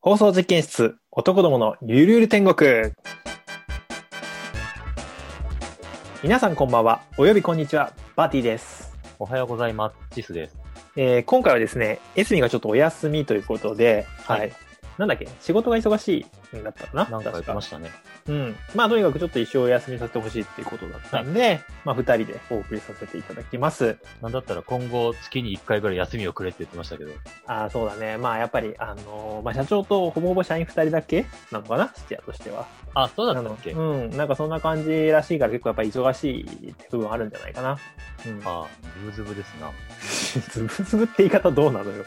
放送実験室、男どものゆるゆる天国。皆さんこんばんは、およびこんにちは、バーティーです。 おはようございます。チスです。 今回はですね、エスミがちょっとお休みということで、 はい。 なんだっけ、仕事が忙しいんだったかな。 なんか言ってましたね。 うん。まあ、とにかくちょっと一生お休みさせてほしいっていうことだったんで、まあ、二人でお送りさせていただきます。 なんだったら今後月に1回ぐらい休みをくれって言ってましたけど。 ああ、そうだね。まあ、やっぱり、まあ、社長とほぼほぼ社員二人だけなのかな、質屋としては。 あ、そうだったっけ？ うん、なんかそんな感じらしいから結構やっぱり忙しいって部分あるんじゃないかな。うん。 ああ、ズブズブですな。 ズブズブって言い方どうなのよ。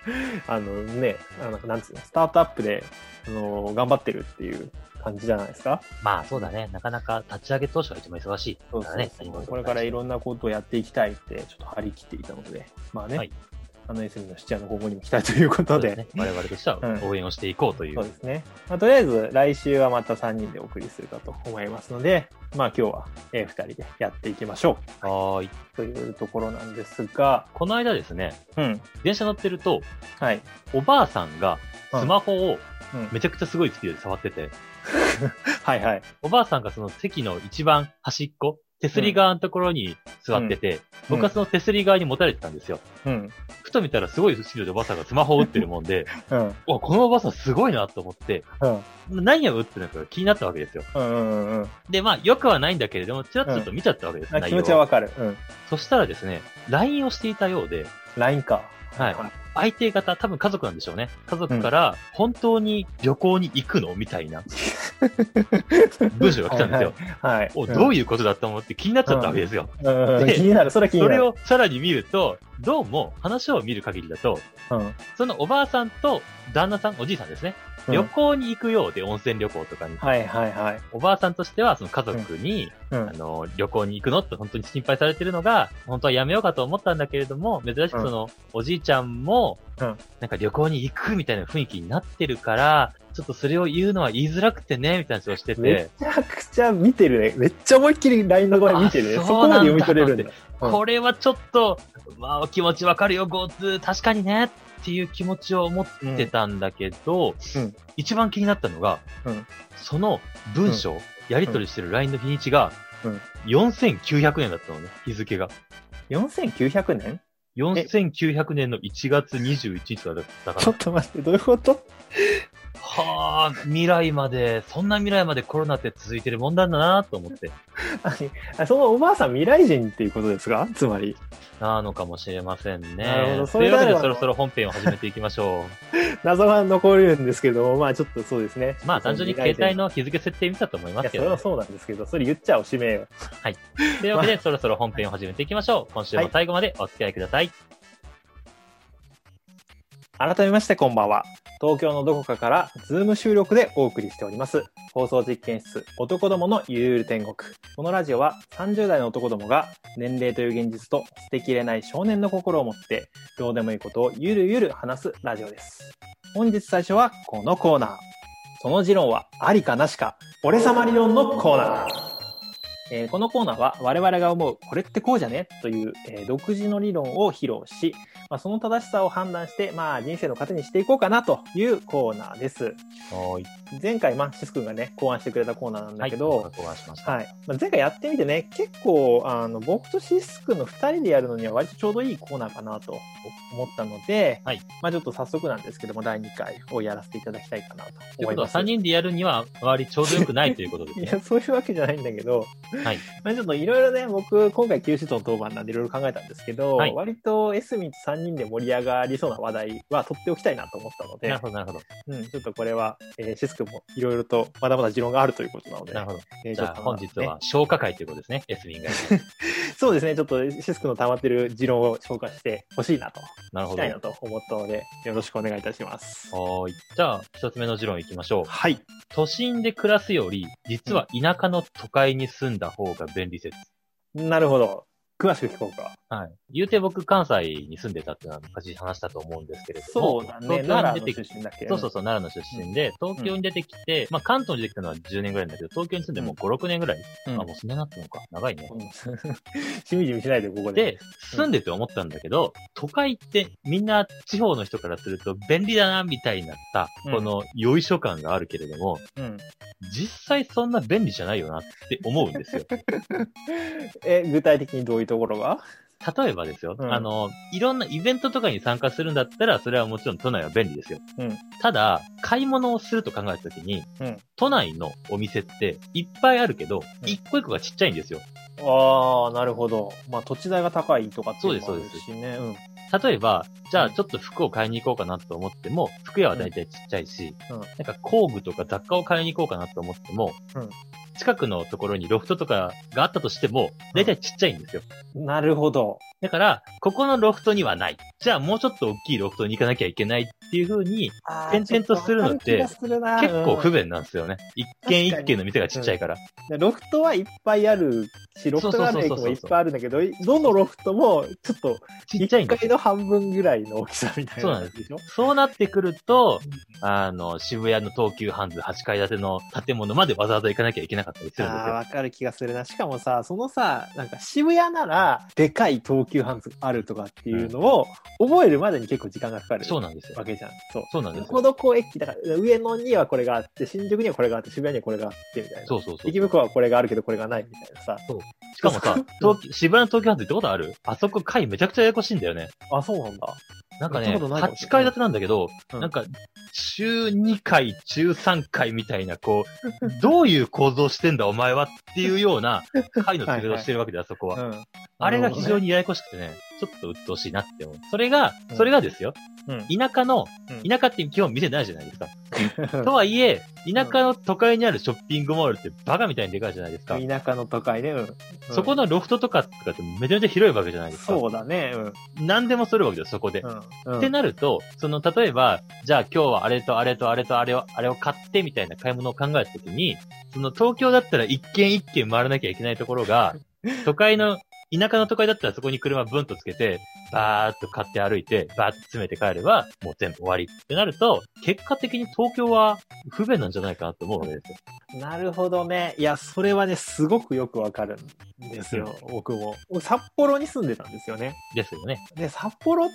なんつうの、スタートアップで、頑張ってるっていう感じじゃないですか。 まあそうだね。なかなか立ち上げ当初が一番忙しいそうからね。 そうそう。これからいろんなことをやっていきたいって、ちょっと張り切っていたので、まあね、 はい。 SB の質屋の今後にも期待ということで、 ね、我々としては応援をしていこうという。 そうですね。まあ、とりあえず来週はまた3人でお送りするかと思いますので、まあ今日は2人でやっていきましょう。はーい。 というところなんですが、 この間ですね、 うん。 電車乗ってると、 はい。 おばあさんがスマホをうんめちゃくちゃすごいスピードで触ってて、 はいはい。 おばあさんがその席の一番端っこ、手すり側のところに座ってて、僕はその手すり側に持たれてたんですよ。 うん。 ふと見たらすごいスピードでおばあさんがスマホを打ってるもんで、 うん。 お、このおばあさんすごいなと思って、 うん。 何を打ってるのか気になったわけですよ。 うんうんうん。 で、まあ、よくはないんだけれども、ちらっとちょっと見ちゃったわけです、内気容持ちはわかる。うん。 そしたらですね、LINE をしていたようで、 LINE か。 はい。相手方、多分家族なんでしょうね。家族から、本当に旅行に行くのみたいな文章が来たんですよ。 はい。 お、どういうことだと思って気になっちゃったわけですよ。 で、気になる。それ気になる。 それをさらに見ると、どうも話を見る限りだと、そのおばあさんと旦那さん、おじいさんですね。旅行に行くようで、温泉旅行とかに。 はいはいはい。 おばあさんとしては、その家族に、旅行に行くのって本当に心配されてるのが、本当はやめようかと思ったんだけれども、珍しくその、おじいちゃんも、なんか旅行に行くみたいな雰囲気になってるから、ちょっとそれを言うのは言いづらくてね、みたいな話をしてて。 めちゃくちゃ見てるね。めっちゃ思いっきり LINE の声見てるね。そこまで読み取れるんだ。 これはちょっと、まあ気持ちわかるよ、GoTo。確かにね。っていう気持ちを持ってたんだけど、一番気になったのが、その文章、やり取りしてる LINE の日にちが、4900年だったのね、日付が。 4900年 ?4900 年の1月21日だったから。 ちょっと待って、どういうこと？ はあ、そんな未来までコロナって続いてるもんなんだなと思って。 そのおばあさん未来人っていうことですか？つまり。 なのかもしれませんね。 なるほど。 というわけでそろそろ本編を始めていきましょう。 謎が残るんですけど、まあちょっとそうですね。 まあ単純に携帯の日付設定見たと思いますけど、 それはそうなんですけど、それ言っちゃおしめよ。 はい。というわけでそろそろ本編を始めていきましょう。今週も最後までお付き合いください。 改めましてこんばんは。東京のどこかからズーム収録でお送りしております放送実験室男どものゆるゆる天国。このラジオは30代の男どもが年齢という現実と捨てきれない少年の心を持ってどうでもいいことをゆるゆる話すラジオです。本日最初はこのコーナー。その持論はありかなしか俺様理論のコーナー。このコーナーは我々が思うこれってこうじゃねという、独自の理論を披露し、その正しさを判断して、人生の糧にしていこうかなというコーナーです。 はい。 前回、シス君がね、考案してくれたコーナーなんだけど、 考案しました。 はい。前回やってみてね、結構、僕とシス君の2人でやるのには割とちょうどいいコーナーかなと思ったので、 はい。 ちょっと早速なんですけども、第2回をやらせていただきたいかなと思います。 ということは3人でやるには、割りちょうどよくないということですね。 いや、そういうわけじゃないんだけど、 はい。 ちょっといろいろね、僕、今回休止の当番なんでいろいろ考えたんですけど、割とエスミと3人で盛り上がりそうな話題は取っておきたいなと思ったので、 なるほど、なるほど。 ちょっとこれは、シス君もいろいろとまだまだ持論があるということなので。 なるほど。じゃあ本日は消化会ということですね、エスミンが。 そうですね、ちょっとシス君の溜まってる持論を消化してほしいなと。 なるほど。 したいなと思ったので、よろしくお願いいたします。 はい。じゃあ、一つ目の持論いきましょう。 はい。 都心で暮らすより、実は田舎の都会に住んだ方が便利説。 なるほど。詳しく聞こうか。 はい。 言うて僕関西に住んでたっていうのは昔話したと思うんですけれども。そうだね。奈良の出身だっけ。 そう、奈良の出身で、東京に出てきて、まあ関東に出てきたのは10年ぐらいなんだけど、東京に住んでもう5、6年ぐらい。あ、もうそんなになったのか。長いね。 しみじみしないで、ここで。 で、住んでて思ったんだけど、都会ってみんな地方の人からすると便利だな、みたいになった、このよいしょ感があるけれども、実際そんな便利じゃないよなって思うんですよ。 具体的にどういうところが？ 例えばですよ、いろんなイベントとかに参加するんだったら、それはもちろん都内は便利ですよ。ただ、買い物をすると考えたときに、都内のお店っていっぱいあるけど、一個一個がちっちゃいんですよ。 ああ、なるほど。まあ土地代が高いとかっていうのもあるしね。 例えば、じゃあちょっと服を買いに行こうかなと思っても、服屋はだいたいちっちゃいし、なんか工具とか雑貨を買いに行こうかなと思っても、近くのところにロフトとかがあったとしても、だいたいちっちゃいんですよ。 なるほど。 だから、ここのロフトにはない。じゃあもうちょっと大きいロフトに行かなきゃいけないっていう風に、点々とするのって、結構不便なんですよね。一軒一軒の店がちっちゃいから。 ロフトはいっぱいあるし、ロフトがある駅もいっぱいあるんだけど、どのロフトもちょっと、 ちっちゃいんですよ。 1階の半分ぐらいの大きさみたいな。 そうなんですよ。そうなってくると、渋谷の東急ハンズ8階建ての建物までわざわざ行かなきゃいけなかったりするんですよ。 わかる気がするな。しかもさ、そのさ、なんか渋谷なら、でかい東急ハンズあるとかっていうのを、覚えるまでに結構時間がかかる。 そうなんですよ。 わけじゃん。 そうなんですよ。 どこどこ駅、だから上野にはこれがあって、新宿にはこれがあって、渋谷にはこれがあって、みたいな。 そう。 池袋はこれがあるけどこれがないみたいなさ。 そう。しかもさ、渋谷の東急ハンズ行ったことある？あそこ階めちゃくちゃややこしいんだよね。 あ、そうなんだ。 なんかね、8階建てなんだけど、なんか、中2階、中3階みたいな、こう、どういう構造してんだお前はっていうような階の作りをしてるわけで、あそこは。あれが非常にややこしくてね、ちょっと鬱陶しいなって思う。それがですよ。田舎って基本店ないじゃないですか。とはいえ、田舎の都会にあるショッピングモールってバカみたいにでかいじゃないですか。 田舎の都会ね。 そこのロフトとかってめちゃめちゃ広いわけじゃないですか。 そうだね。 何でもするわけです、そこで。ってなると、例えば、じゃあ今日はあれとあれとあれとあれを買ってみたいな買い物を考えたときに、東京だったら一軒一軒回らなきゃいけないところが、田舎の都会だったらそこに車ブンとつけて、バーっと買って歩いて、バーっと詰めて帰れば、もう全部終わりってなると、結果的に東京は不便なんじゃないかなと思うわけですよ。 なるほどね。いや、それはね、すごくよくわかるんですよ、僕も。札幌に住んでたんですよね。 ですよね。 で、札幌って、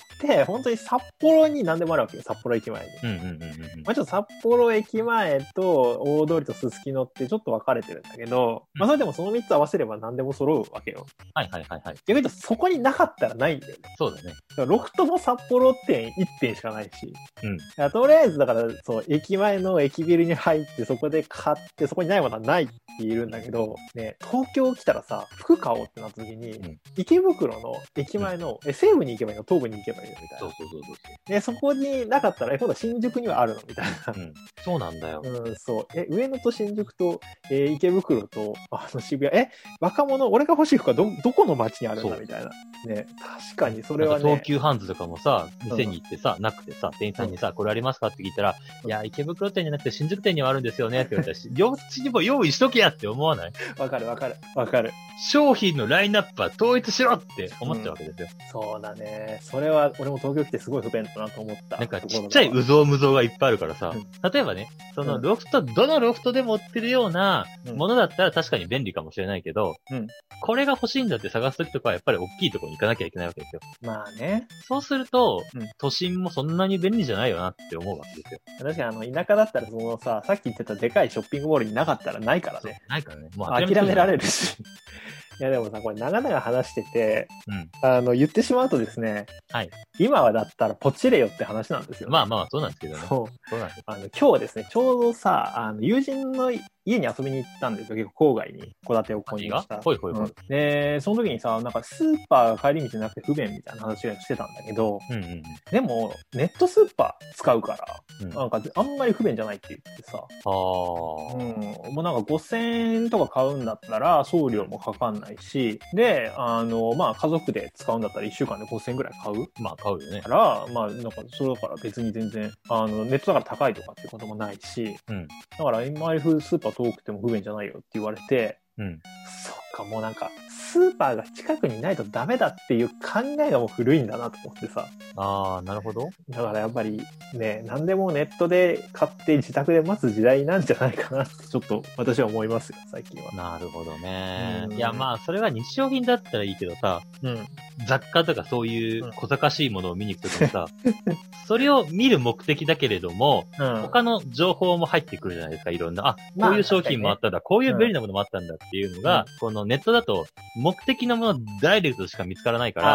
本当に札幌に何でもあるわけよ、札幌駅前に。まあちょっと札幌駅前と大通りとすすきのってちょっと分かれてるんだけど、まあそれでもその3つ合わせれば何でも揃うわけよ。逆に言うとそこになかったらないんだよね。 そうだね。 ロフトも札幌店1店しかないし。とりあえずだから、駅前の駅ビルに入ってそこで買って、そこにないものはないって言うんだけど、ね、東京来たらさ、服買おうってなった時に、池袋の駅前の、西部に行けばいいの？東部に行けばいいの？みたいな。で、そこになかったら、今度は新宿にはあるの？みたいな。 そうなんだよ。 そう。上野と新宿と、池袋と、渋谷、若者、俺が欲しい服はどこの街にあるんだみたいな。ね、確かにそれはね。 東急ハンズとかもさ、店に行ってさ、なくてさ、店員さんにさ、これありますかって聞いたら、いや、池袋店じゃなくて新宿店にはあるんですよねって言われたし、両口にも用意しとけやって思わない？ わかる。 商品のラインナップは統一しろって思っちゃうわけですよ。 そうだね。それは、俺も東京来てすごい不便だなと思った。 なんかちっちゃいうぞうむぞうがいっぱいあるからさ、例えばね、どのロフトでも売ってるようなものだったら確かに便利かもしれないけど、これが欲しいんだって探すときとかはやっぱり大きいところに行かなきゃいけないわけですよ。 まあね。 そうすると、都心もそんなに便利じゃないよなって思うわけですよ。 確かに田舎だったらさっき言ってたでかいショッピングモールになかったらないからね。 ないからね。 もう諦められるし。いやでもさ、これ長々話してて、言ってしまうとですね、今はだったらポチれよって話なんですよ、ね。 まあ、そうなんですけどね。そうなんです。 今日ですね、ちょうどさ、友人の家に遊びに行ったんですよ。結構郊外に戸建てを購入した。で、その時にさ、なんかスーパーが帰り道なくて不便みたいな話をしてたんだけど、でも、ネットスーパー使うから、なんかあんまり不便じゃないって言ってさ、もうなんか5000円とか買うんだったら送料もかかんないし、で、まあ家族で使うんだったら1週間で5000円ぐらい買う。 まあ買うよね。 から、まあなんかそれだから別に全然、ネットだから高いとかっていうこともないし、だから今スーパー遠くても不便じゃないよって言われて、 うん。 そっか、もうなんか、スーパーが近くにないとダメだっていう考えがもう古いんだなと思ってさ。 ああ、なるほど。 だからやっぱりね、何でもネットで買って自宅で待つ時代なんじゃないかなってちょっと私は思いますよ、最近は。 なるほどね。いや、まあ、それが日用品だったらいいけどさ、雑貨とかそういう小賢しいものを見に行くときもさ、それを見る目的だけれども、他の情報も入ってくるじゃないですか、いろんな。あ、こういう商品もあったんだ、こういう便利なものもあったんだっていうのが、このネットだと目的のものダイレクトしか見つからないから、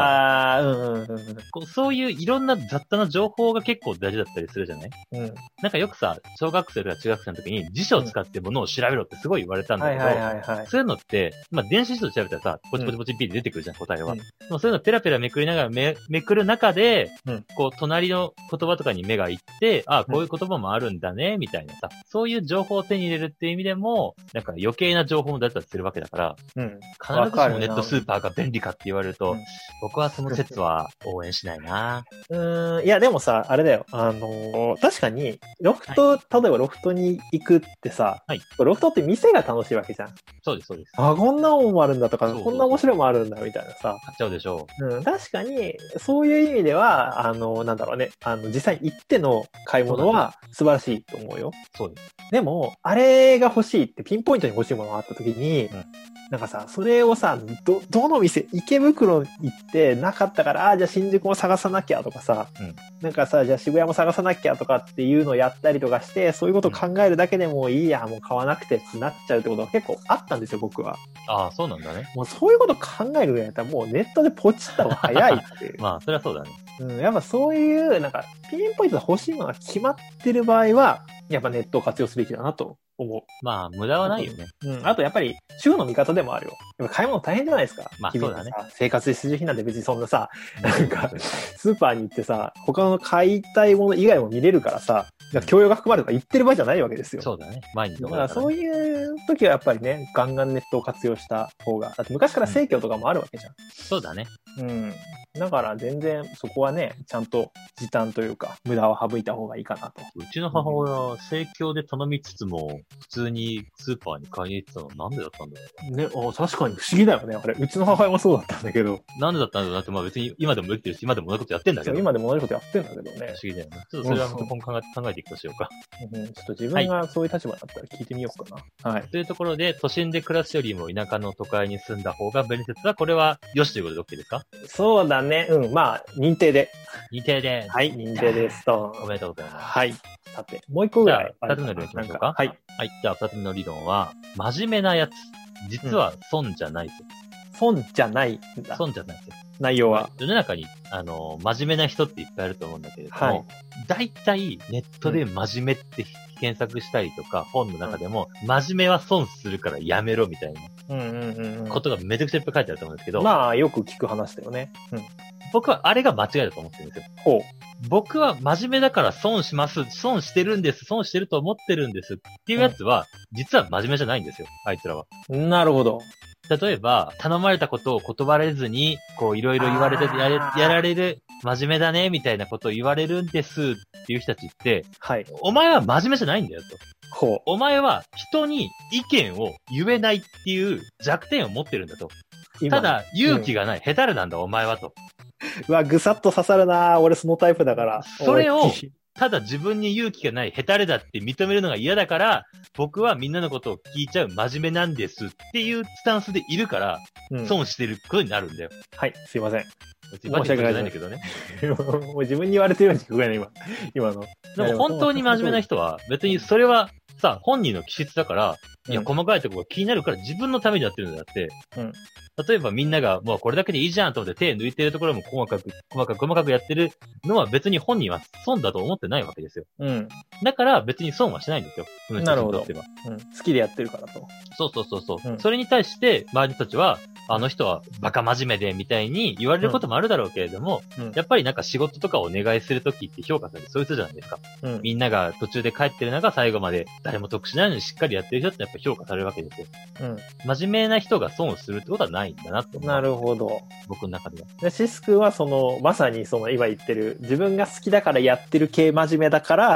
そういういろんな雑多な情報が結構大事だったりするじゃない？なんかよくさ、小学生とか中学生の時に辞書を使ってものを調べろってすごい言われたんだけど、そういうのって、まあ電子辞書で調べたらさ、ポチポチポチピーって出てくるじゃん、答えは。そういうのペラペラめくりながらめくる中で、こう隣の言葉とかに目がいって、ああ、こういう言葉もあるんだね、みたいなさ、そういう情報を手に入れるっていう意味でも、なんか余計な情報もだったりするわけだから、必ずしもネットスーパーが便利かって言われると、僕はその説は応援しないな。 いや、でもさ、あれだよ。確かに、ロフト、例えばロフトに行くってさ、ロフトって店が楽しいわけじゃん。 そうです、そうです。 あ、こんなもんもあるんだとか、こんな面白いもんあるんだみたいなさ。 買っちゃうでしょう。確かに、そういう意味では、なんだろうね。実際に行っての買い物は素晴らしいと思うよ。 そうです。 でも、あれが欲しいってピンポイントに欲しいものがあった時に、なんかさ、それをさ、どの店、池袋行ってなかったから、じゃあ新宿も探さなきゃとかさ、なんかさ、じゃあ渋谷も探さなきゃとかっていうのをやったりとかして、そういうことを考えるだけでもいいや、もう買わなくてってなっちゃうってことが結構あったんですよ、僕は。 ああ、そうなんだね。 もうそういうこと考えるぐらいだったらもうネットでポチった方が早いっていう。 まあ、それはそうだね。 やっぱそういう、なんか、ピンポイントで欲しいものが決まってる場合は、やっぱネットを活用すべきだなと思う。 まあ、無駄はないよね。 あとやっぱり、主婦の味方でもあるよ。やっぱ買い物大変じゃないですか。 まあ、そうだね。 生活必需品なんて別にそんなさ、なんか、スーパーに行ってさ、他の買いたいもの以外も見れるからさ、教養が含まれるとか言ってる場合じゃないわけですよ。 そうだね。前にだからそういう時はやっぱりね、ガンガンネットを活用した方が、だって昔から生協とかもあるわけじゃん。 そうだね。 だから全然そこはね、ちゃんと時短というか、無駄を省いた方がいいかなと。 うちの母親は生協で頼みつつも、普通にスーパーに買いに行ってたのなんでだったんだろうね。確かに不思議だよね。あれ、うちの母親もそうだったんだけど。 なんでだったんだろうなって、まあ別に今でも言ってるし、今でも同じことやってんだけど。 今でも同じことやってんだけどね。 不思議だよね。ちょっとそれはまた今後考えていくとしようか。 ちょっと自分がそういう立場だったら聞いてみようかな。はい。 というところで、都心で暮らすよりも田舎の都会に住んだ方が便利説は、これは良しということで OK ですか？ そうだね。まあ、認定で。 認定で。 はい、認定ですと。 おめでとうございます。 はい。さて、もう一個ぐらい。 二つ目の理論いきましょうか。 はい。 はい。じゃあ二つ目の理論は、真面目なやつ。実は損じゃない説。 損じゃないんだ。 損じゃない説。 内容は。 世の中に、真面目な人っていっぱいいると思うんだけれども、大体ネットで真面目って検索したりとか、本の中でも、真面目は損するからやめろみたいなことがめちゃくちゃいっぱい書いてあると思うんですけど、 まあ、よく聞く話だよね。 僕はあれが間違いだと思ってるんですよ。僕は真面目だから損します。損してるんです。損してると思ってるんです。っていうやつは、実は真面目じゃないんですよ。あいつらは。 なるほど。 例えば、頼まれたことを断れずに、こういろいろ言われてやられる、真面目だね、みたいなことを言われるんですっていう人たちって、お前は真面目じゃないんだよと。お前は人に意見を言えないっていう弱点を持ってるんだと。ただ、勇気がない、ヘタレなんだ、お前はと。 うわ、ぐさっと刺さるな。俺そのタイプだから。 それを、ただ自分に勇気がない、ヘタレだって認めるのが嫌だから、僕はみんなのことを聞いちゃう真面目なんですっていうスタンスでいるから、損してることになるんだよ。 はい、すいません。 申し訳ないんだけどね。 もう自分に言われてるように聞くぐらいの今の。 でも本当に真面目な人は、別にそれはさ、本人の気質だから、いや、細かいところが気になるから自分のためにやってるんだって、例えばみんながもうこれだけでいいじゃんと思って手抜いてるところも細かくやってるのは別に本人は損だと思ってないわけですよ。だから別に損はしないんですよ。 なるほど。好きでやってるからと。 そう。それに対して周りの人たちは、あの人はバカ真面目でみたいに言われることもあるだろうけれども、やっぱりなんか仕事とかをお願いするときって評価されるそういう人じゃないですか。みんなが途中で帰ってる中最後まで誰も得しないのにしっかりやってる人ってやっぱ評価されるわけですよ。真面目な人が損をするってことはないんだなと思う。 なるほど。 僕の中では。 でシスクはまさに今言ってる自分が好きだからやってる系真面目だから、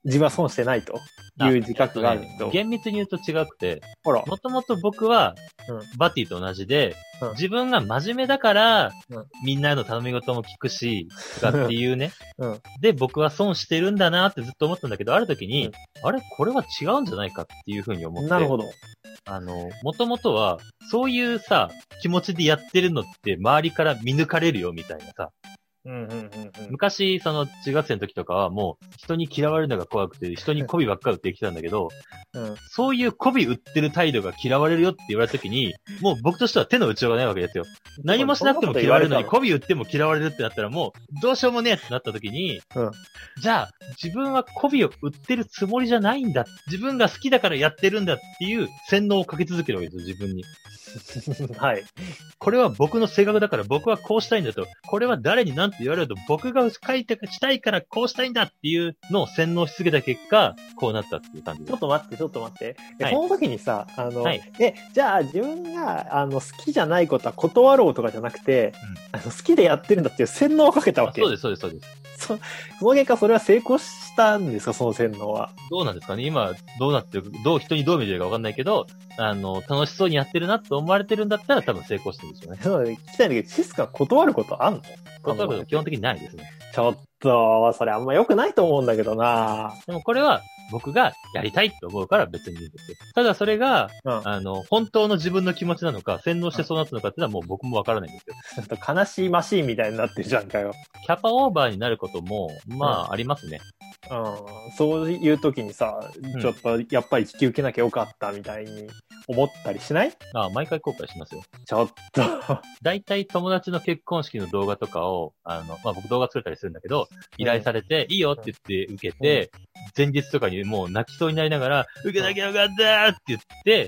自分は損してないという自覚があると。 厳密に言うと違くて、 ほら。 もともと僕は、バティと同じで、自分が真面目だから、みんなの頼み事も聞くし、とかっていうね。で、僕は損してるんだなってずっと思ったんだけど、ある時に、あれこれは違うんじゃないかっていうふうに思って。 なるほど。 もともとは、そういうさ、気持ちでやってるのって周りから見抜かれるよみたいなさ。昔、その中学生の時とかはもう人に嫌われるのが怖くて人に媚びばっかり打ってきたんだけど、そういう媚び売ってる態度が嫌われるよって言われた時に、もう僕としては手の打ちようがないわけですよ。何もしなくても嫌われるのに媚び売っても嫌われるってなったらもうどうしようもねえってなった時に、じゃあ自分は媚びを売ってるつもりじゃないんだ。自分が好きだからやってるんだっていう洗脳をかけ続けるわけですよ、自分に。 はい。 これは僕の性格だから僕はこうしたいんだと。これは誰に何て言われると僕がしたいからこうしたいんだっていうのを洗脳し続けた結果、こうなったっていう感じです。 ちょっと待って。その時にさ、じゃあ自分が好きじゃないことは断ろうとかじゃなくて、好きでやってるんだっていう洗脳をかけたわけ。 そうです。 その結果それは成功したんですか、その洗脳は。 どうなんですかね今、どうなってる、人にどう見てるかわかんないけど、楽しそうにやってるなと思われてるんだったら多分成功してるんですよね。 そうだね。聞きたいんだけど、シスカ断ることあんの？ 断ること基本的にないですね。 ちょっと、それあんま良くないと思うんだけどな。 でもこれは僕がやりたいと思うから別にいいんですよ。ただそれが、本当の自分の気持ちなのか、洗脳してそうなったのかっていうのはもう僕もわからないんですよ。 ちょっと悲しいマシーンみたいになってるじゃんかよ。 キャパオーバーになることも、ありますね。 そういう時にさ、ちょっとやっぱり引き受けなきゃよかったみたいに思ったりしない？ 毎回後悔しますよ。 ちょっと。 だいたい友達の結婚式の動画とかを、僕動画作れたりするんだけど、依頼されて、いいよって言って受けて、前日とかにもう泣きそうになりながら、受けなきゃよかったって言って、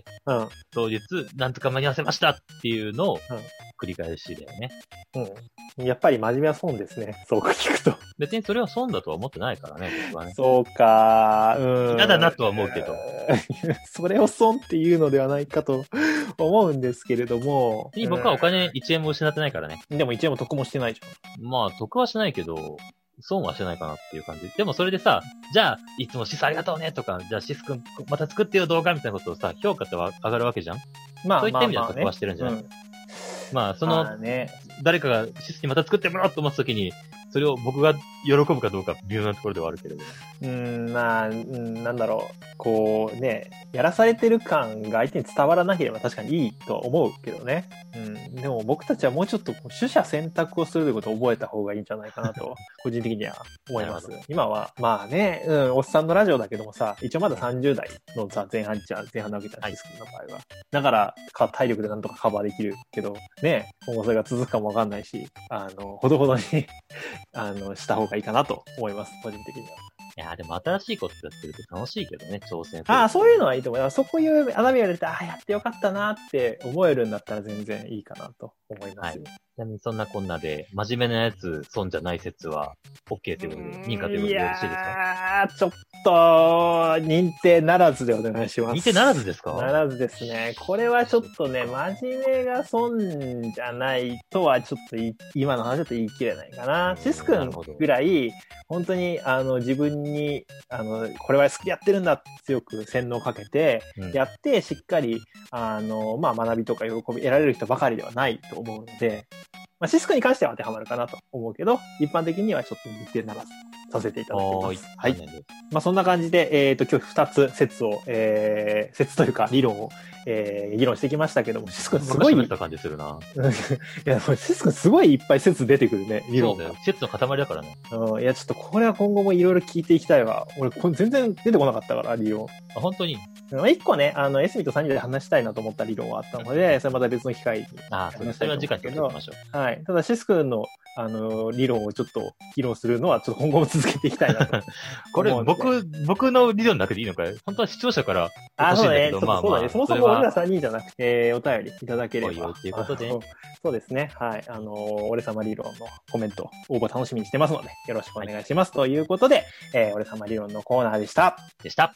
当日、なんとか間に合わせましたっていうのを、繰り返しだよね。 やっぱり真面目は損ですね。そう聞くと。 別にそれは損だとは思ってないからね、僕はね。 そうか。 嫌だなとは思うけど。 それを損っていうのではないかと思うんですけれども。 僕はお金1円も失ってないからね。 でも1円も得もしてないじゃん。得はしないけど、損はしてないかなっていう感じ。でもそれでさ、じゃあ、いつもシスありがとうねとか、じゃあシスくんまた作ってよ動画みたいなことをさ、評価って上がるわけじゃん。そういった意味では得はしてるんじゃない？誰かがシスにまた作ってもらおうと思った時に、それを僕が喜ぶかどうか微妙なところではあるけれど。 なんだろう。こうね、やらされてる感が相手に伝わらなければ確かにいいとは思うけどね。でも僕たちはもうちょっと取捨選択をするということを覚えた方がいいんじゃないかなと、個人的には思います。今は、おっさんのラジオだけどもさ、一応まだ30代のさ、前半なわけじゃないですけど、の場合は。だから、体力でなんとかカバーできるけど、ね、今後それが続くかもわかんないし、ほどほどにした方がいいかなと思います、個人的には。 いやでも新しいことやってると楽しいけどね、挑戦する。 そういうのはいいと思います。そういう学びを入れて、やってよかったなって思えるんだったら全然いいかなと思います。 ちなみにそんなこんなで、真面目なやつ、損じゃない説は、OK ということで、認可ということでよろしいですか？ ちょっと、認定ならずでお願いします。 認定ならずですか？ ならずですね。これはちょっとね、真面目が損じゃないとは、ちょっと今の話だと言い切れないかな。シス君ぐらい、本当に、自分に、これは好きでやってるんだって強く洗脳をかけて、やって、しっかり、学びとか喜び得られる人ばかりではないと思うので、シスクに関しては当てはまるかなと思うけど、一般的にはちょっと認定ならずさせていただきます。はい。そんな感じで、今日2つ説というか理論を、議論してきましたけども、シスクすごい。 た感じするな。 いや、シスクすごいいっぱい説出てくるね、理論が。 そうだよ。説の塊だからね。 いや、ちょっとこれは今後もいろいろ聞いていきたいわ。俺、全然出てこなかったから、理論。 本当に。 一個ね、エスミと3人で話したいなと思った理論はあったので、それまた別の機会に話したいと思うんですけど。それは次回にやっていきましょう。 はい。ただ、シス君の、理論をちょっと議論するのは、ちょっと今後も続けていきたいなと。 これ、僕の理論だけでいいのかい？本当は視聴者から欲しいんだけど、 そうだね。そもそも俺ら3人じゃなくて、お便りいただければ。 ということで。 そうですね。はい。俺様理論のコメント、応募楽しみにしてますので、よろしくお願いします。ということで、俺様理論のコーナーでした。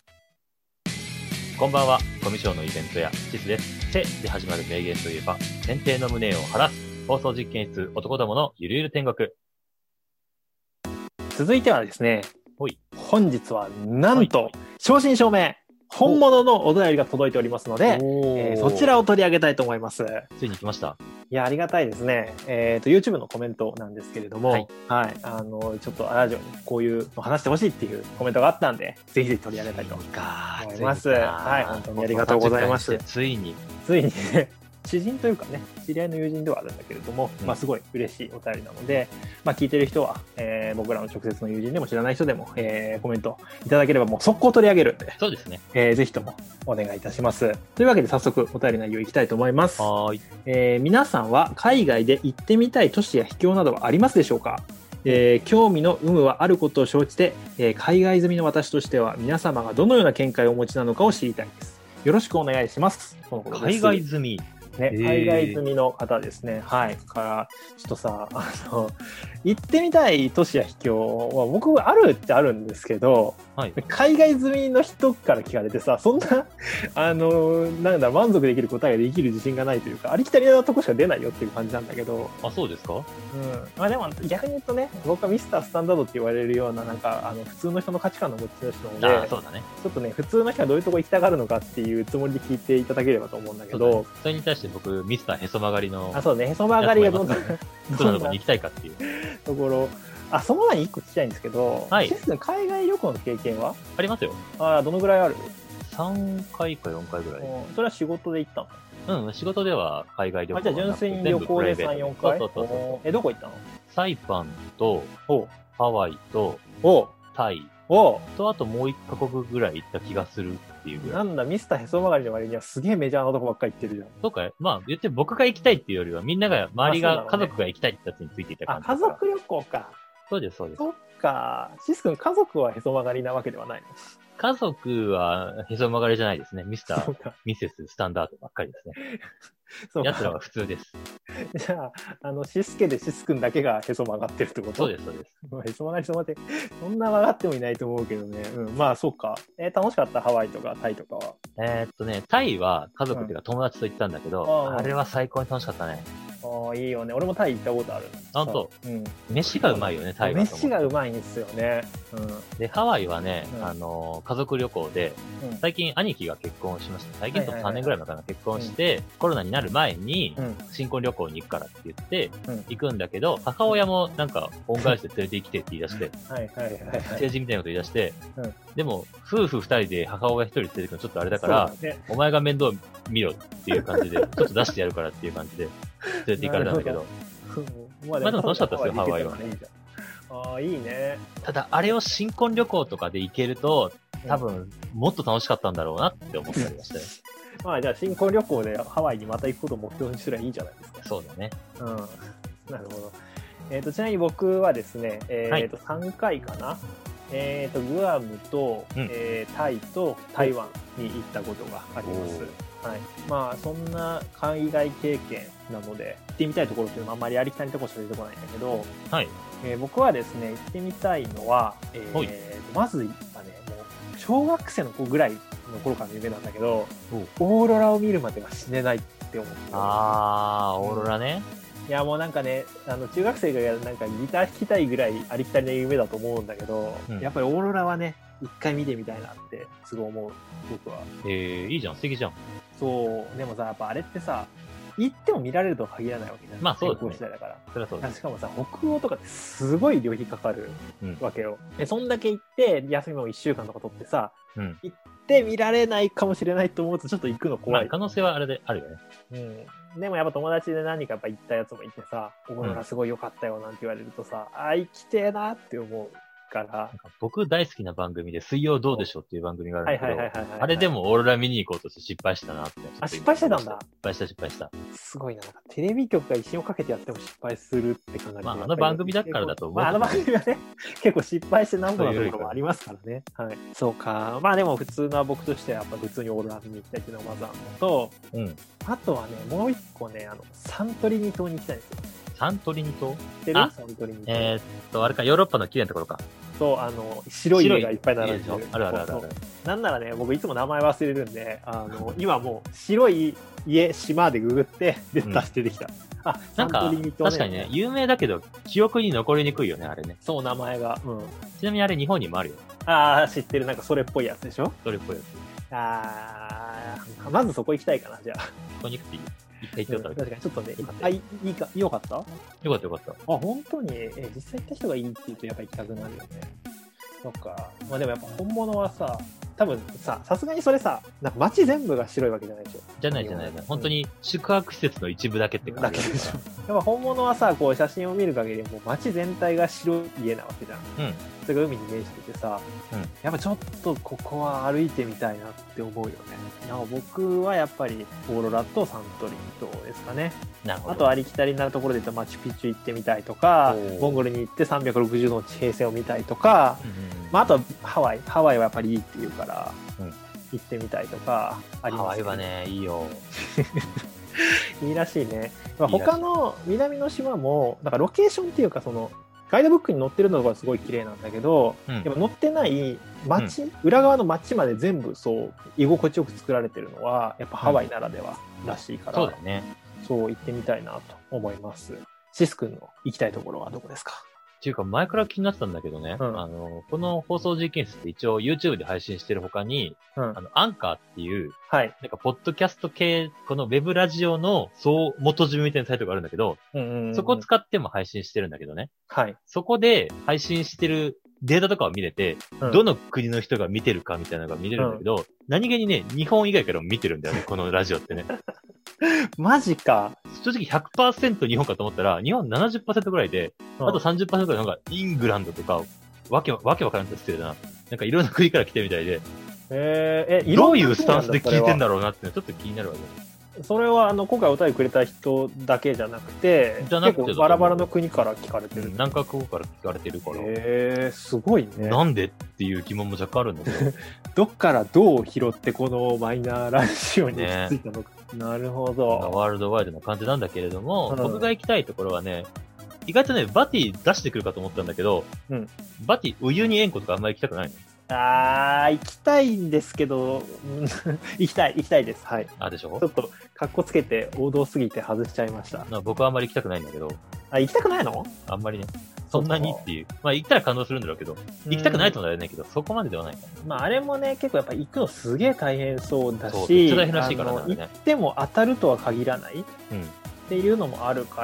こんばんは。コミュ障のイベントやシスです。せで始まる名言といえば、先定の胸を晴らす。放送実験室男どものゆるゆる天国。 続いてはですね、 本日はなんと、正真正銘、本物のお便りが届いておりますので、そちらを取り上げたいと思います。 ついに来ました。 いや、ありがたいですね。YouTube のコメントなんですけれども、はい。ちょっとラジオにこういうの話してほしいっていうコメントがあったんで、ぜひぜひ取り上げたいと思います。はい、本当にありがとうございます。 ついにね。知人というかね、知り合いの友人ではあるんだけれども、すごい嬉しいお便りなので、聞いてる人は、僕らの直接の友人でも知らない人でも、コメントいただければもう速攻取り上げるんで、 そうですね。 ぜひともお願いいたします。というわけで早速お便り内容いきたいと思います。 はい。 皆さんは海外で行ってみたい都市や秘境などはありますでしょうか？興味の有無はあることを承知で、海外済みの私としては皆様がどのような見解をお持ちなのかを知りたいです。よろしくお願いします。 海外済み。 ね、海外済みの方ですね。はい。から、ちょっとさ、行ってみたい都市や秘境は僕あるってあるんですけど、はい、海外済みの人から聞かれてさ、そんな、なんだろう、満足できる答えができる自信がないというか、ありきたりなとこしか出ないよっていう感じなんだけど。 あ、そうですか？うん。 でも逆に言うとね、僕はミスタースタンダードって言われるような、なんか、普通の人の価値観の持ち主なので、 そうだね。 ちょっとね、普通の人がどういうとこ行きたがるのかっていうつもりで聞いていただければと思うんだけど、 それに対して僕、ミスターへそ曲がりの。 そうね、へそ曲がりがどんなところに行きたいかっていうところ。その前に一個聞きたいんですけど、 はい。 海外旅行の経験はありますよ。 どのぐらいある ？3回か4回ぐらい。 それは仕事で行ったの？うん、仕事では海外旅行。 じゃあ純粋に旅行で3、4回？ そう。 どこ行ったの？ サイパンと、ハワイと、タイと、あともう1カ国ぐらい行った気がするっていうぐらい。 なんだ、ミスターへそ曲がりの割にはすげえメジャーなとこばっかり行ってるじゃん。 そうかい？言って僕が行きたいっていうよりは、みんなが、周りが、家族が行きたいってやつについていた感じ。 家族旅行か。 そうです、そうです。 そっか。シス君、家族はへそ曲がりなわけではないの？ 家族はへそ曲がりじゃないですね。ミスター、ミセス、スタンダードばっかりですね。奴らは普通です。 じゃあ、シスケでシス君だけがへそ曲がってるってこと？ そうです、そうです。 へそ曲がりって、そんな曲がってもいないと思うけどね。そうか。楽しかった？ハワイとかタイとかは。 タイは家族っていうか友達と行ったんだけど、あれは最高に楽しかったね。 いいよね。俺もタイ行ったことある。 ほんと。飯がうまいよね、タイは。 飯がうまいんですよね。 で、ハワイはね、家族旅行で、最近兄貴が結婚しました。最近と3年ぐらい前かな、結婚して、コロナになる前に、新婚旅行に行くからって言って、行くんだけど、母親もなんか、恩返しで連れてきてって言い出して、政治みたいなこと言い出して、でも、夫婦2人で母親1人連れてくのちょっとあれだから、お前が面倒見ろっていう感じで、ちょっと出してやるからっていう感じで、連れて行かれたんだけど。でも楽しかったですよ、ハワイは。 いいね。 ただ、あれを新婚旅行とかで行けると、多分、もっと楽しかったんだろうなって思ってありましたね。 じゃあ、新婚旅行でハワイにまた行くことを目標にすればいいじゃないですか。 そうだね。 なるほど。ちなみに僕はですね、3回かな。グアムと、タイと台湾に行ったことがあります。はい。そんな海外経験なので、行ってみたいところっていうのはあんまりありきたりなところしか出てこないんだけど、 はい。 僕はですね、行ってみたいのは、まずはね、もう、小学生の子ぐらいの頃からの夢なんだけど、オーロラを見るまでは死ねないって思って。 オーロラね。 いや、もうなんかね、中学生がなんかギター弾きたいぐらいありきたりな夢だと思うんだけど、やっぱりオーロラはね、一回見てみたいなってすごい思う、僕は。 いいじゃん、素敵じゃん。 そう、でもさ、やっぱあれってさ、行っても見られるとは限らないわけじゃん。 そうですね。 次第だから。 そりゃそうです。 しかもさ、北欧とかってすごい旅費かかるわけよ。そんだけ行って、休みも1週間とか取ってさ、行って見られないかもしれないと思うとちょっと行くの怖い。 可能性はあれであるよね。でもやっぱ友達で何かやっぱ行ったやつもいてさ、オーロラすごい良かったよなんて言われるとさ、行きてえなって思うから。 僕大好きな番組で水曜どうでしょうっていう番組があるんだけど、あれでもオーロラ見に行こうとして失敗したなって。 失敗してたんだ。 失敗した。 すごいな。なんかテレビ局が一瞬をかけてやっても失敗するって考えると。 あの番組だからだと思う。 あの番組はね、結構失敗して何個なところもありますからね。はい。そうか。でも普通な僕としてはやっぱ普通にオーロラ見に行きたいっていうのがまずあるのと、あとはね、もう一個ね、サントリーニ島に行きたいんですよ。 サントリーニ島。 知ってる？サントリーニ島。 あれか、ヨーロッパの綺麗なところか。 そう、白い家がいっぱい並んでる。 あるあるある。 なんならね、僕いつも名前忘れるんで、今もう白い家、島でググって出してきた。 なんか、確かにね、有名だけど、記憶に残りにくいよね、あれね。 そう、名前が。 ちなみにあれ日本にもあるよ。 知ってる。なんかそれっぽいやつでしょ？ それっぽいやつ。まずそこ行きたいかな、じゃあ。 そこに行くっていい？一回行って確かに、ちょっとね、よかった？ よかったよかった。 本当に、実際行った人がいいって言うとやっぱ行きたくなるよね。そっか。まあでもやっぱ本物はさ、多分さすがにそれさ、なんか街全部が白いわけじゃないでしょ。 じゃない。本当に宿泊施設の一部だけって感じだけでしょ。やっぱ本物はさ、こう写真を見る限りもう街全体が白い家なわけじゃん。それが海に面しててさ、やっぱちょっとここは歩いてみたいなって思うよね。僕はやっぱりオーロラとサントリーニ島ですかね。あとありきたりなところで言うとマチュピチュ行ってみたいとか、モンゴルに行って360度の地平線を見たいとか、あとはハワイはやっぱりいいっていうから、行ってみたいとかあります、 ハワイはね、いいよ。 いいらしいね。他の南の島も、なんかロケーションっていうか、その、ガイドブックに載ってるのがすごい綺麗なんだけど、やっぱ載ってない街、裏側の街まで全部そう居心地よく作られてるのはやっぱハワイならではらしいから、 そうだね。 そう行ってみたいなと思います。シス君の行きたいところはどこですか？ っていうか前から気になってたんだけどね、この放送実験室って一応 YouTube で配信してる他に、アンカーっていう、なんかポッドキャスト系、このウェブラジオの元締めみたいなサイトがあるんだけど、そこを使っても配信してるんだけどね。そこで配信してるデータとかを見れて、どの国の人が見てるかみたいなのが見れるんだけど、何気にね、日本以外からも見てるんだよね、このラジオってね。 マジか。 正直 100% 日本かと思ったら、日本 70% ぐらいで、あと 30% ぐらいなんかイングランドとか、わけわからんと失礼だな。なんかいろんな国から来てるみたいで、どういうスタンスで聞いてんだろうなってちょっと気になるわけ。 それは今回お便りくれた人だけじゃなくて、結構バラバラの国から聞かれてる。 何カ国から聞かれてるから。 すごいね。 なんでっていう疑問も若干あるんだけど。 どっからどう拾ってこのマイナーラジオについたのか。なるほど。 ワールドワイドな感じなんだけれども、僕が行きたいところはね、意外とね、バティ出してくるかと思ったんだけど、バティ、ウユニ塩湖とかあんまり行きたくないの？ 行きたいんですけど、行きたいです。はい。 でしょ？ ちょっと、格好つけて、王道すぎて外しちゃいました。 僕はあんまり行きたくないんだけど。 行きたくないの？ あんまりね。そんなにっていう。行ったら感動するんだろうけど、行きたくないとは言わないけど、そこまでではないかな。 あれもね、結構やっぱ行くのすげえ大変そうだし、 めっちゃ大変らしいからね。 行っても当たるとは限らない。っていうのもあるから、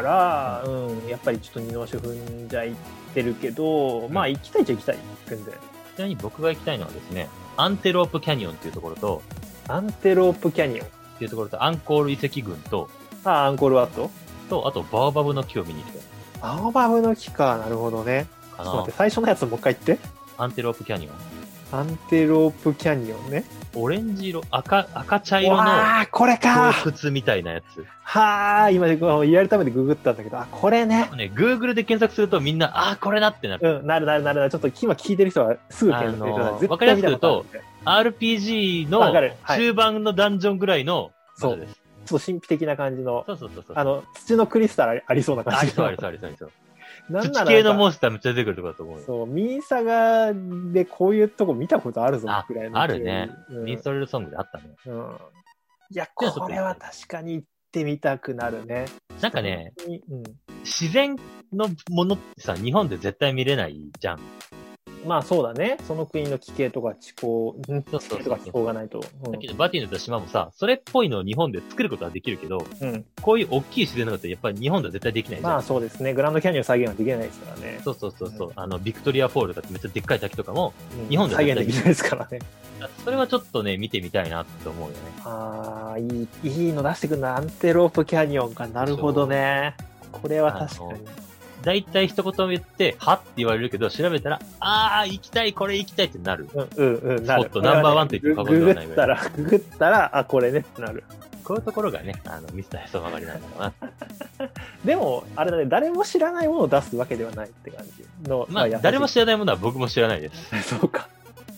やっぱりちょっと二の足踏んじゃいってるけど、行きたいっちゃ行きたい。全然。 ちなみに僕が行きたいのはですね、アンテロープキャニオンっていうところと、 アンテロープキャニオンっていうところと、アンコール遺跡群と、 アンコールワットと、あと、バオバブの木を見に行きたい。 バオバブの木か、なるほどね。ちょっと待って、最初のやつもう一回言って。 アンテロープキャニオン。 アンテロープキャニオンね。 オレンジ色、赤茶色の、 これか洞窟みたいなやつ。 今、言われためてググったんだけど、これね。 Google で検索するとみんな、これなってなる。 なる。ちょっと今聞いてる人はすぐ検索してわかりやすく言うと、RPG の中盤のダンジョンぐらいの、 そうです。ちょっと神秘的な感じの、 そう。 土のクリスタルありそうな感じ。 ありそう。土系のモンスターめっちゃ出てくるとこだと思うよ。 そう、ミーサガでこういうとこ見たことあるぞ、くらいの。 あるね。ミンストレルソングであったね。 いや、これは確かに行ってみたくなるね。 なんかね、自然のものってさ、日本で絶対見れないじゃん。 そうだね。その国の気形とか気候がないと。 だけどバティの島もさ、それっぽいのを日本で作ることはできるけど、こういう大きい自然のことってやっぱり日本では絶対できないじゃん。 そうですね。グランドキャニオン再現はできないですからね。 そう。ビクトリアフォールだってめっちゃでっかい滝とかも、日本では再現できないですからね。 それはちょっとね、見てみたいなって思うよね。いいの出してくるな。アンテロープキャニオンか。なるほどね。これは確かに。 だいたい一言言って、はって言われるけど、調べたら、行きたい、これ行きたいってなる。 なる。 ナンバーワンって言って過言ではないぐらい。 ググったら、これねってなる。 こういうところがね、ミスターへそ曲がりなんだろうな。 でも、あれだね、誰も知らないものを出すわけではないって感じの。 誰も知らないものは僕も知らないです。 そうか。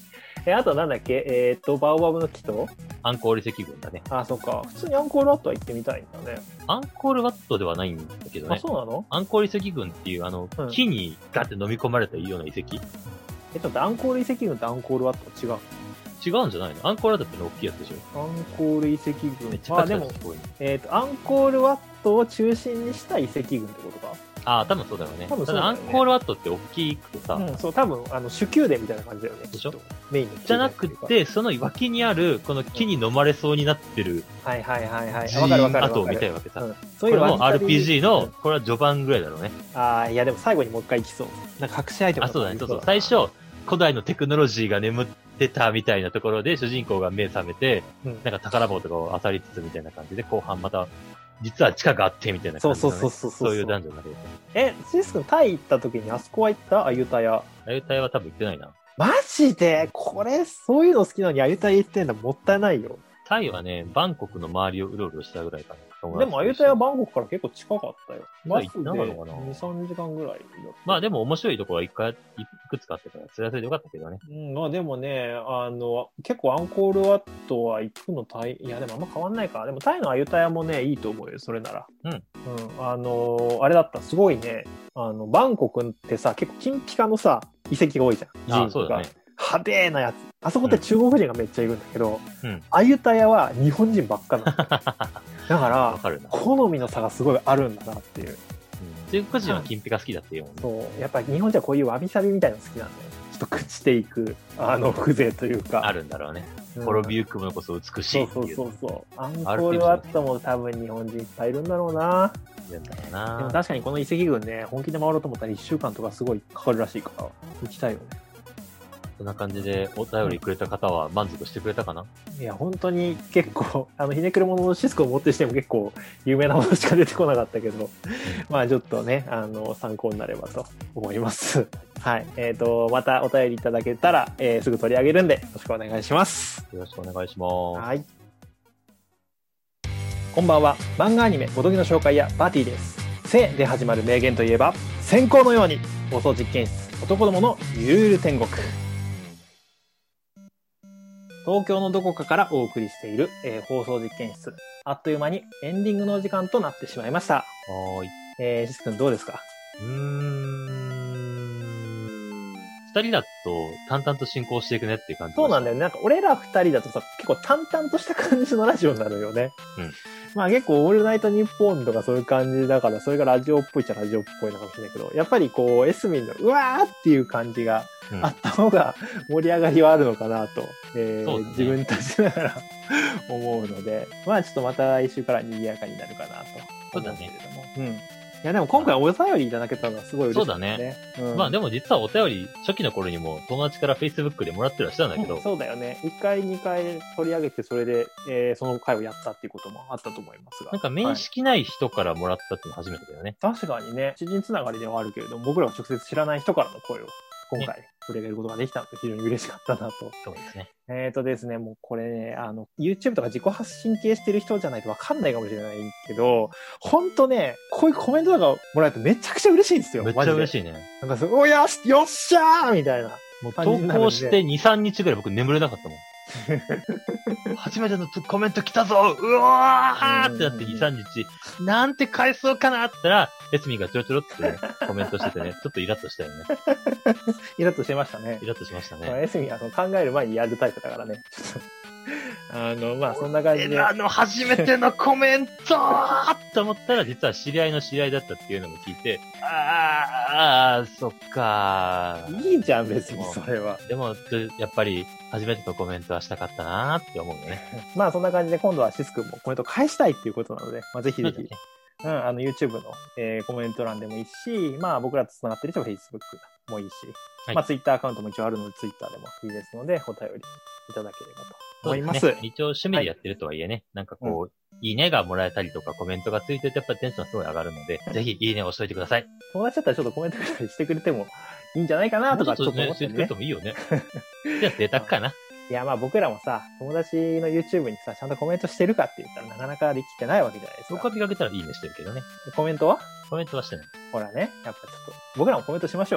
あとなんだっけバオバブの木とアンコール遺跡群だね。 あ、そっか。普通にアンコールワットは行ってみたいんだね。 アンコールワットではないんだけどね。 あ、そうなの？ アンコール遺跡群っていう、木にガッて飲み込まれたような遺跡。 ちょっとアンコール遺跡群とアンコールワットは違う？ 違うんじゃないの？アンコールワットっての大きいやつでしょ？ アンコール遺跡群。 めっちゃでも、 アンコールワットを中心にした遺跡群ってことか？ ああ、多分そうだよね。 多分そうだよね。 アンコールワットって大きくてさ。 そう、多分、主宮殿みたいな感じだよね。 でしょ？ メインの。 じゃなくて、その脇にある、この木に飲まれそうになってる。 はいはいはいはい。 わかるわかる。後を見たいわけさ。そういうのも RPG の、これは序盤ぐらいだろうね。 ああ、いやでも最後にもう一回行きそう。なんか隠しアイテム。 あ、そうだね。そうそう。最初、古代のテクノロジーが眠ってたみたいなところで、主人公が目覚めて、なんか宝箱とかを漁りつつみたいな感じで、後半また、実は地下があってみたいな感じで、ね。そういうダンジョンになるよ。 シス君タイ行った時にあそこは行った？アユタヤ。 アユタヤは多分行ってないな。 マジで？これ、そういうの好きなのにアユタヤ行ってんだもったいないよ。 タイはね、バンコクの周りをうろうろしたぐらいかな。 でも、アユタヤはバンコクから結構近かったよ。 バスで2、 3時間ぐらい。 まあでも面白いところはいくつかあったから、それはそれでよかったけどね。 まあでもね、結構アンコールワットは行くのいやでもあんま変わんないか。でもタイのアユタヤもね、いいと思うよ、それなら。あれだった、すごいね、バンコクってさ、結構金ピカのさ、遺跡が多いじゃん。 そうだね。 派手なやつ。あそこって中国人がめっちゃいるんだけど、アユタヤは日本人ばっかなの。だから、好みの差がすごいあるんだなっていう。 中国人は金ピカ好きだっていうもんね。 そう。やっぱり日本人はこういうわびさびみたいなの好きなんだよ。ちょっと朽ちていく、風情というか。 あるんだろうね。滅びゆくものこそ美しいっていう。 そう。アンコールワットも多分日本人いっぱいいるんだろうな。でも確かにこの遺跡群ね、本気で回ろうと思ったら1週間とかすごいかかるらしいから、行きたいよね。 そんな感じでお便りくれた方は満足してくれたかな？ いや、本当に結構、ひねくるもののシスコを持ってしても結構有名なものしか出てこなかったけど、まあちょっとね、参考になればと思います。はい。またお便りいただけたら、すぐ取り上げるんで、よろしくお願いします。 よろしくお願いします。 はい。こんばんは。漫画アニメ、ボドゲの紹介やパーティーです。せで始まる名言といえば、先行のように、放送実験室、男どものゆるゆる天国。東京のどこかからお送りしている、放送実験室。あっという間にエンディングの時間となってしまいました。シス君どうですか？ 二人だと淡々と進行していくねっていう感じ。 そうなんだよね。なんか俺ら二人だとさ、結構淡々とした感じのラジオになるよね。まあ結構オールナイトニッポンとかそういう感じだから、それがラジオっぽいっちゃラジオっぽいのかもしれないけど、やっぱりこう、エスミンのうわーっていう感じがあった方が盛り上がりはあるのかなと、自分たちながら思うので、まあちょっとまた来週から賑やかになるかなと思うんですけれども。いやでも今回お便りいただけたのはすごい嬉しいですね。 そうだね。まあでも実はお便り初期の頃にも友達から Facebook でもらってらしたんだけど。 そうだよね。1回2回取り上げてそれで、その回をやったっていうこともあったと思いますが。 なんか面識ない人からもらったっていうの初めてだよね。 確かにね、知人つながりではあるけれども、僕らは直接知らない人からの声を今回取り上げることができたので非常に嬉しかったなと。 そうですね。 ですね、もうこれね、YouTube とか自己発信系してる人じゃないとわかんないかもしれないけど、ほんとね、こういうコメントとかもらえるとめちゃくちゃ嬉しいんですよ。 めっちゃ嬉しいね。 なんかおよっしゃーみたいな。 もう投稿して2、3日ぐらい僕眠れなかったもん。初めてのコメント来たぞうわーってなって2、3日、なんて返そうかなって言ったら、エスミがちょろちょろって、ね、コメントしててね、ちょっとイラッとしたよね。 イラッとしてましたね。 イラッとしましたね。 エスミ考える前にやるタイプだからね。まあそんな感じで。 初めてのコメントと思ったら、実は知り合いの知り合いだったっていうのも聞いて、そっかいいじゃん、別にそれは。 でも、やっぱり、初めてのコメントはしたかったなーって思うよね。 まあそんな感じで、今度はシス君もコメント返したいっていうことなので、まあぜひぜひ、YouTube の、コメント欄でもいいし、まあ僕らと繋がってる人は Facebook もいいし、まあ Twitter アカウントも一応あるので Twitter でもいいですので、お便りいただければと思います。 一応趣味でやってるとはいえね、なんかこう、いいねがもらえたりとかコメントがついてるとやっぱりテンションすごい上がるので、ぜひいいねを押しといてください。 友達だったらちょっとコメントくらいしてくれてもいいんじゃないかなとかちょっと思ってね。 してくれてもいいよね。じゃあ贅沢かな。 いやまあ僕らもさ、友達の YouTube にさ、ちゃんとコメントしてるかって言ったらなかなかできてないわけじゃないですか。 僕は見かけたらいいねしてるけどね。 コメントはコメントはしてない。 ほらね、やっぱちょっと、僕らもコメントしましょ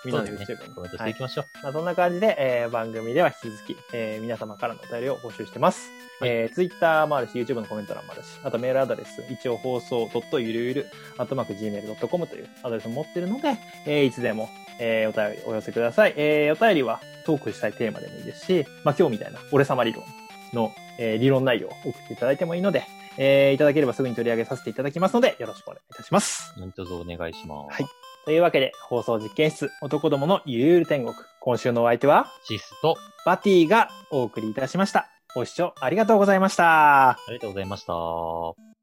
みんなの YouTube に、 コメントしていきましょう。 まあ、そんな感じで、番組では引き続き、皆様からのお便りを募集してます。Twitter もあるし、YouTube のコメント欄もあるし、あとメールアドレス、一応放送ゆるゆる@gmail.com というアドレスを持っているので、いつでも、お便りお寄せください。お便りはトークしたいテーマでもいいですし、まあ、今日みたいな俺様理論の、理論内容を送っていただいてもいいので、いただければすぐに取り上げさせていただきますので、よろしくお願いいたします。 何卒お願いします。 はい。というわけで、放送実験室、男どものゆるゆる天国。今週のお相手は、 シスとバティがお送りいたしました。ご視聴ありがとうございました。 ありがとうございました。